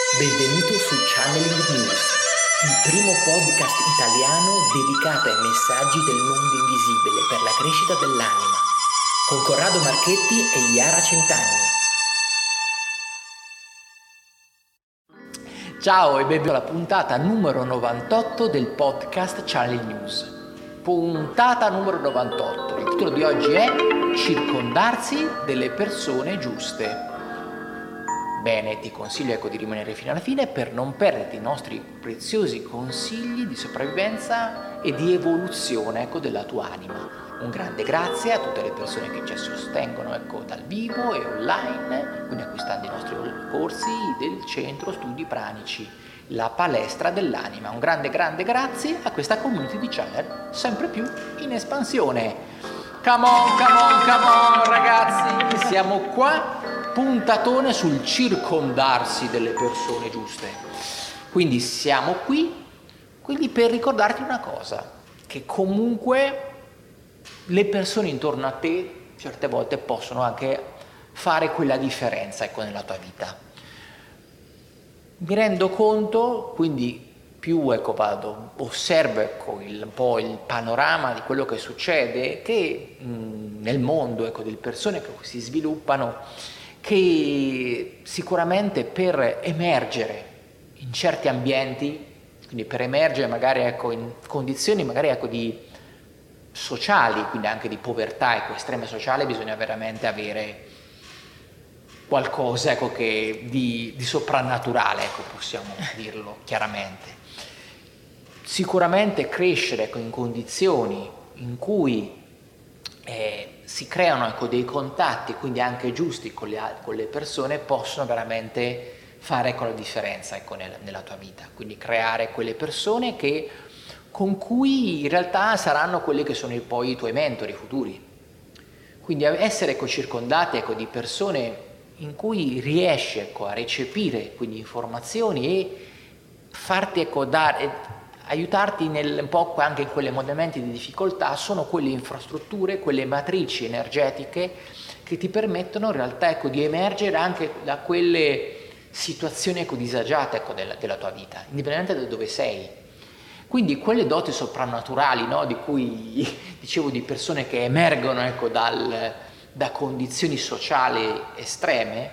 Benvenuto su Channeling News, il primo podcast italiano dedicato ai messaggi del mondo invisibile per la crescita dell'anima, con Corrado Marchetti e Iara Centanni. Ciao e benvenuto alla puntata numero 98 del podcast Channeling News. Puntata numero 98. Il titolo di oggi è Circondarsi delle persone giuste. Bene, ti consiglio di rimanere fino alla fine per non perderti i nostri preziosi consigli di sopravvivenza e di evoluzione della tua anima. Un grande grazie a tutte le persone che ci sostengono dal vivo e online, quindi acquistando i nostri corsi del Centro Studi Pranici, la palestra dell'anima. Un grande grazie a questa community di channel sempre più in espansione. Come on ragazzi, siamo qua. Puntatone sul circondarsi delle persone giuste. Quindi siamo qui per ricordarti una cosa, che comunque le persone intorno a te certe volte possono anche fare quella differenza nella tua vita. Mi rendo conto, quindi più osservo un po' il panorama di quello che succede, che nel mondo delle persone che si sviluppano, che sicuramente per emergere in certi ambienti, quindi per emergere magari in condizioni magari di sociali, quindi anche di povertà estrema sociale, bisogna veramente avere qualcosa di soprannaturale, possiamo dirlo chiaramente. Sicuramente crescere in condizioni in cui si creano dei contatti, quindi anche giusti con le persone, possono veramente fare la differenza nella tua vita. Quindi creare quelle persone con cui in realtà saranno quelli che sono poi i tuoi mentori futuri. Quindi essere circondati di persone in cui riesci a recepire quindi informazioni e farti aiutarti un po' anche in quei momenti di difficoltà, sono quelle infrastrutture, quelle matrici energetiche che ti permettono in realtà di emergere anche da quelle situazioni disagiate della tua vita, indipendentemente da dove sei. Quindi quelle doti soprannaturali, no, di cui dicevo, di persone che emergono da condizioni sociali estreme,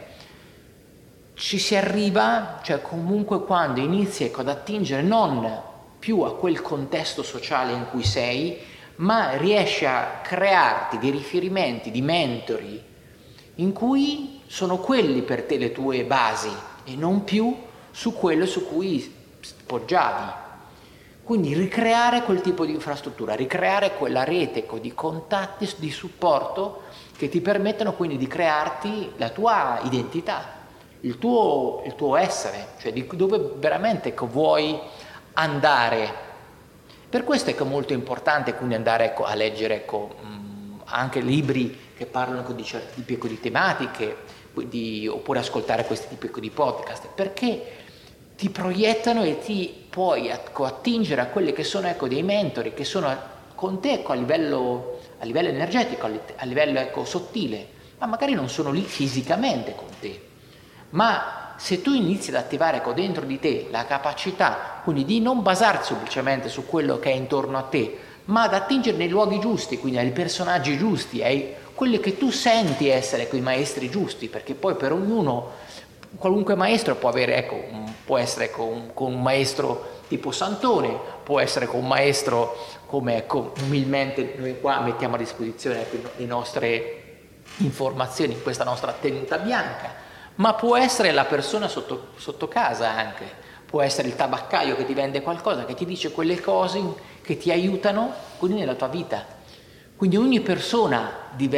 ci si arriva, comunque quando inizi ad attingere non più a quel contesto sociale in cui sei, ma riesci a crearti dei riferimenti di mentori in cui sono quelli per te le tue basi e non più su quello su cui poggiavi. Quindi ricreare quel tipo di infrastruttura, ricreare quella rete di contatti, di supporto che ti permettono quindi di crearti la tua identità, il tuo essere, di dove veramente vuoi andare. Per questo è molto importante quindi andare a leggere anche libri che parlano di certi tipi di tematiche, oppure ascoltare questi tipi di podcast, perché ti proiettano e ti puoi attingere a quelli che sono dei mentori che sono con te a livello energetico, a livello sottile, ma magari non sono lì fisicamente con te. Ma se tu inizi ad attivare dentro di te la capacità quindi di non basarti semplicemente su quello che è intorno a te, ma ad attingere nei luoghi giusti, quindi ai personaggi giusti, ai quelli che tu senti essere quei maestri giusti, perché poi per ognuno, qualunque maestro può avere, può essere con un maestro tipo Santone, può essere con un maestro come umilmente noi qua mettiamo a disposizione le nostre informazioni in questa nostra tenuta bianca, ma può essere la persona sotto casa anche, può essere il tabaccaio che ti vende qualcosa, che ti dice quelle cose che ti aiutano quindi nella tua vita. Quindi ogni persona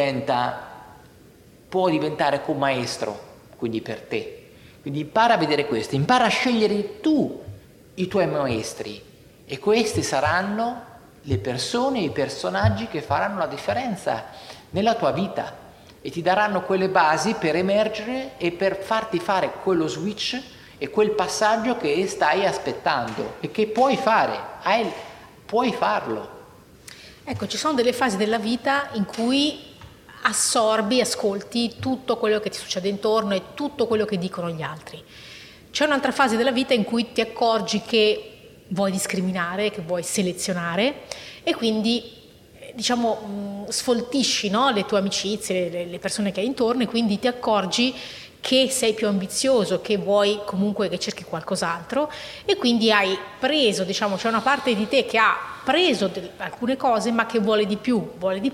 può diventare un maestro quindi per te. Quindi impara a vedere questo, impara a scegliere tu i tuoi maestri, e questi saranno le persone, i personaggi che faranno la differenza nella tua vita e ti daranno quelle basi per emergere e per farti fare quello switch e quel passaggio che stai aspettando e che puoi fare, puoi farlo. Ecco, ci sono delle fasi della vita in cui ascolti tutto quello che ti succede intorno e tutto quello che dicono gli altri. C'è un'altra fase della vita in cui ti accorgi che vuoi discriminare, che vuoi selezionare e quindi diciamo sfoltisci, no? Le tue amicizie, le persone che hai intorno, e quindi ti accorgi che sei più ambizioso, che vuoi comunque, che cerchi qualcos'altro, e quindi hai preso, diciamo, c'è una parte di te che ha preso alcune cose ma che vuole di più,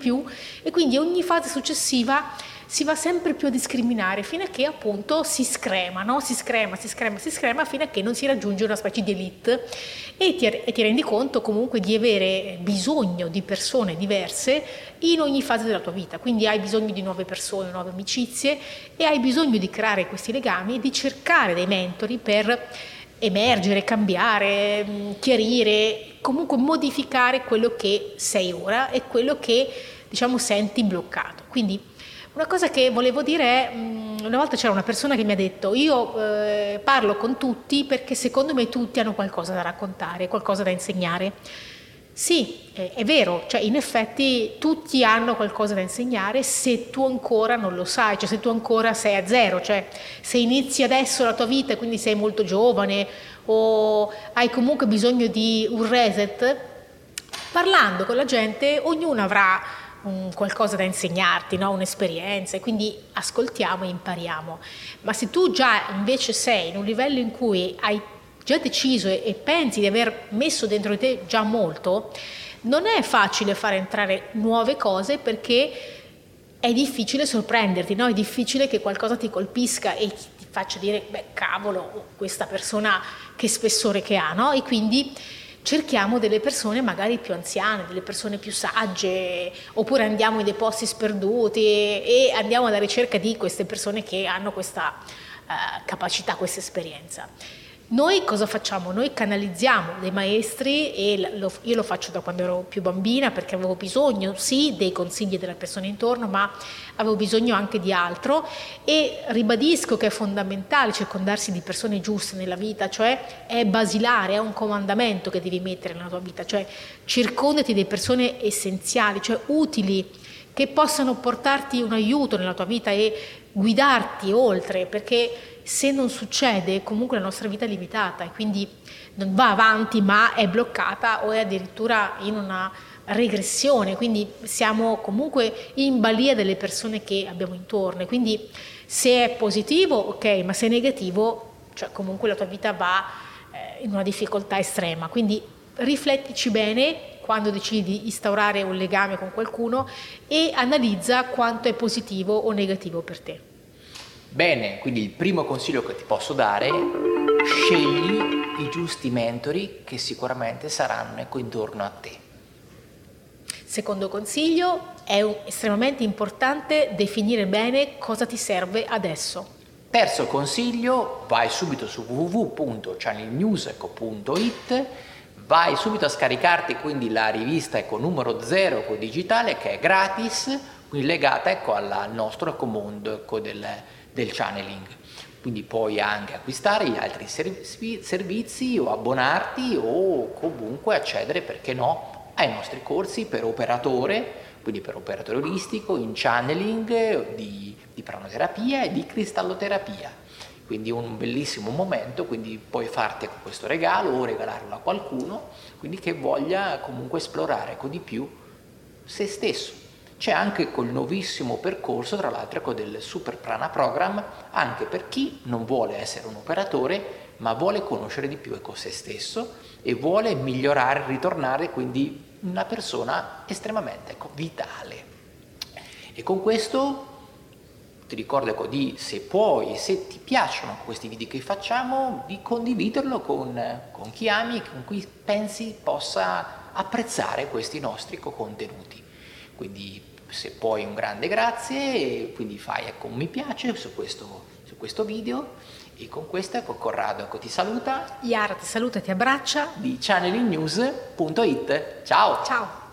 e quindi ogni fase successiva si va sempre più a discriminare fino a che appunto si screma, no? Si screma fino a che non si raggiunge una specie di elite e ti rendi conto comunque di avere bisogno di persone diverse in ogni fase della tua vita. Quindi hai bisogno di nuove persone, nuove amicizie, e hai bisogno di creare questi legami e di cercare dei mentori per emergere, cambiare, chiarire, comunque modificare quello che sei ora e quello che diciamo senti bloccato. Quindi una cosa che volevo dire è, una volta c'era una persona che mi ha detto: io parlo con tutti perché secondo me tutti hanno qualcosa da raccontare, qualcosa da insegnare. Sì, è vero, cioè in effetti tutti hanno qualcosa da insegnare se tu ancora non lo sai, cioè se tu ancora sei a zero, cioè se inizi adesso la tua vita e quindi sei molto giovane o hai comunque bisogno di un reset, parlando con la gente ognuno avrà qualcosa da insegnarti, no? Un'esperienza, e quindi ascoltiamo e impariamo. Ma se tu già invece sei in un livello in cui hai già deciso e pensi di aver messo dentro di te già molto, non è facile fare entrare nuove cose perché è difficile sorprenderti, no? È difficile che qualcosa ti colpisca e ti faccia dire: beh, cavolo, questa persona che spessore che ha, no? E quindi cerchiamo delle persone magari più anziane, delle persone più sagge, oppure andiamo in dei posti sperduti e andiamo alla ricerca di queste persone che hanno questa capacità, questa esperienza. Noi cosa facciamo? Noi canalizziamo dei maestri, e io lo faccio da quando ero più bambina perché avevo bisogno sì dei consigli della persona intorno, ma avevo bisogno anche di altro, e ribadisco che è fondamentale circondarsi di persone giuste nella vita, cioè è basilare, è un comandamento che devi mettere nella tua vita, cioè circondati di persone essenziali, cioè utili, che possano portarti un aiuto nella tua vita e guidarti oltre, perché se non succede comunque la nostra vita è limitata e quindi non va avanti ma è bloccata o è addirittura in una regressione, quindi siamo comunque in balia delle persone che abbiamo intorno, e quindi se è positivo ok, ma se è negativo, cioè comunque la tua vita va in una difficoltà estrema. Quindi riflettici bene quando decidi di instaurare un legame con qualcuno e analizza quanto è positivo o negativo per te. Bene, quindi il primo consiglio che ti posso dare: scegli i giusti mentori che sicuramente saranno intorno a te. Secondo consiglio, è estremamente importante definire bene cosa ti serve adesso. Terzo consiglio: vai subito su www.channelnews.it, vai subito a scaricarti quindi la rivista numero 0 digitale, che è gratis, quindi legata al nostro mondo del channeling. Quindi puoi anche acquistare gli altri servizi o abbonarti o comunque accedere, perché no, ai nostri corsi per operatore, quindi per operatore olistico, in channeling, di pranoterapia e di cristalloterapia. Quindi un bellissimo momento, quindi puoi farti questo regalo o regalarlo a qualcuno, quindi che voglia comunque esplorare di più se stesso. C'è anche col nuovissimo percorso, tra l'altro, del Super Prana Program, anche per chi non vuole essere un operatore, ma vuole conoscere di più se stesso e vuole migliorare, ritornare quindi una persona estremamente vitale. E con questo ti ricordo se puoi, se ti piacciono questi video che facciamo, di condividerlo con chi ami, con cui pensi possa apprezzare questi nostri contenuti. Quindi se puoi un grande grazie, quindi fai un mi piace su questo video, e con questo Corrado ti saluta. Iara ti saluta e ti abbraccia di channelingnews.it. Ciao! Ciao!